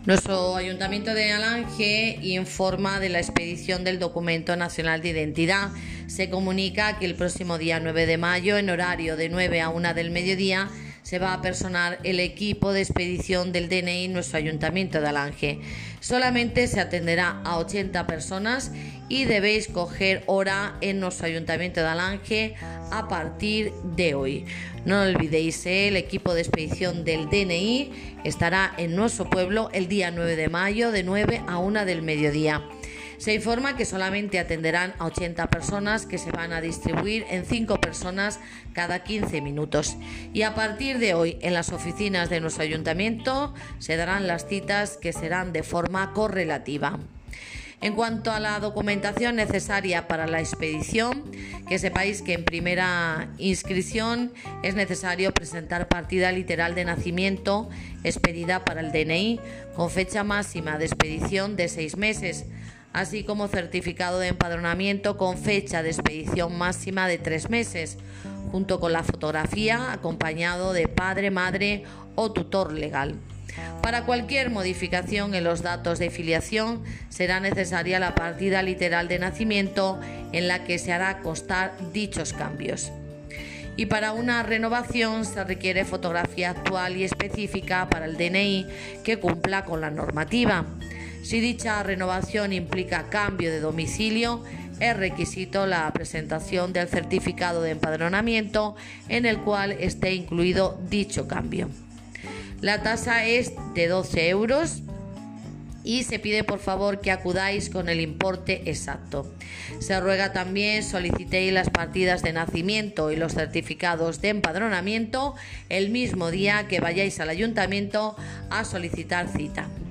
Nuestro Ayuntamiento de Alange informa de la expedición del Documento Nacional de Identidad. Se comunica que el próximo día 9 de mayo, en horario de 9 a 1 del mediodía, se va a personar el equipo de expedición del DNI en nuestro Ayuntamiento de Alange. Solamente se atenderá a 80 personas y debéis coger hora en nuestro Ayuntamiento de Alange a partir de hoy. No olvidéis, el equipo de expedición del DNI estará en nuestro pueblo el día 9 de mayo de 9 a 1 del mediodía. Se informa que solamente atenderán a 80 personas que se van a distribuir en 5 personas cada 15 minutos. Y a partir de hoy, en las oficinas de nuestro ayuntamiento se darán las citas, que serán de forma correlativa. En cuanto a la documentación necesaria para la expedición, que sepáis que en primera inscripción es necesario presentar partida literal de nacimiento expedida para el DNI con fecha máxima de expedición de 6 meses, así como certificado de empadronamiento con fecha de expedición máxima de 3 meses, junto con la fotografía acompañado de padre, madre o tutor legal. Para cualquier modificación en los datos de filiación será necesaria la partida literal de nacimiento en la que se hará constar dichos cambios. Y para una renovación se requiere fotografía actual y específica para el DNI que cumpla con la normativa. Si dicha renovación implica cambio de domicilio, es requisito la presentación del certificado de empadronamiento en el cual esté incluido dicho cambio. La tasa es de 12 euros y se pide por favor que acudáis con el importe exacto. Se ruega también solicitéis las partidas de nacimiento y los certificados de empadronamiento el mismo día que vayáis al ayuntamiento a solicitar cita.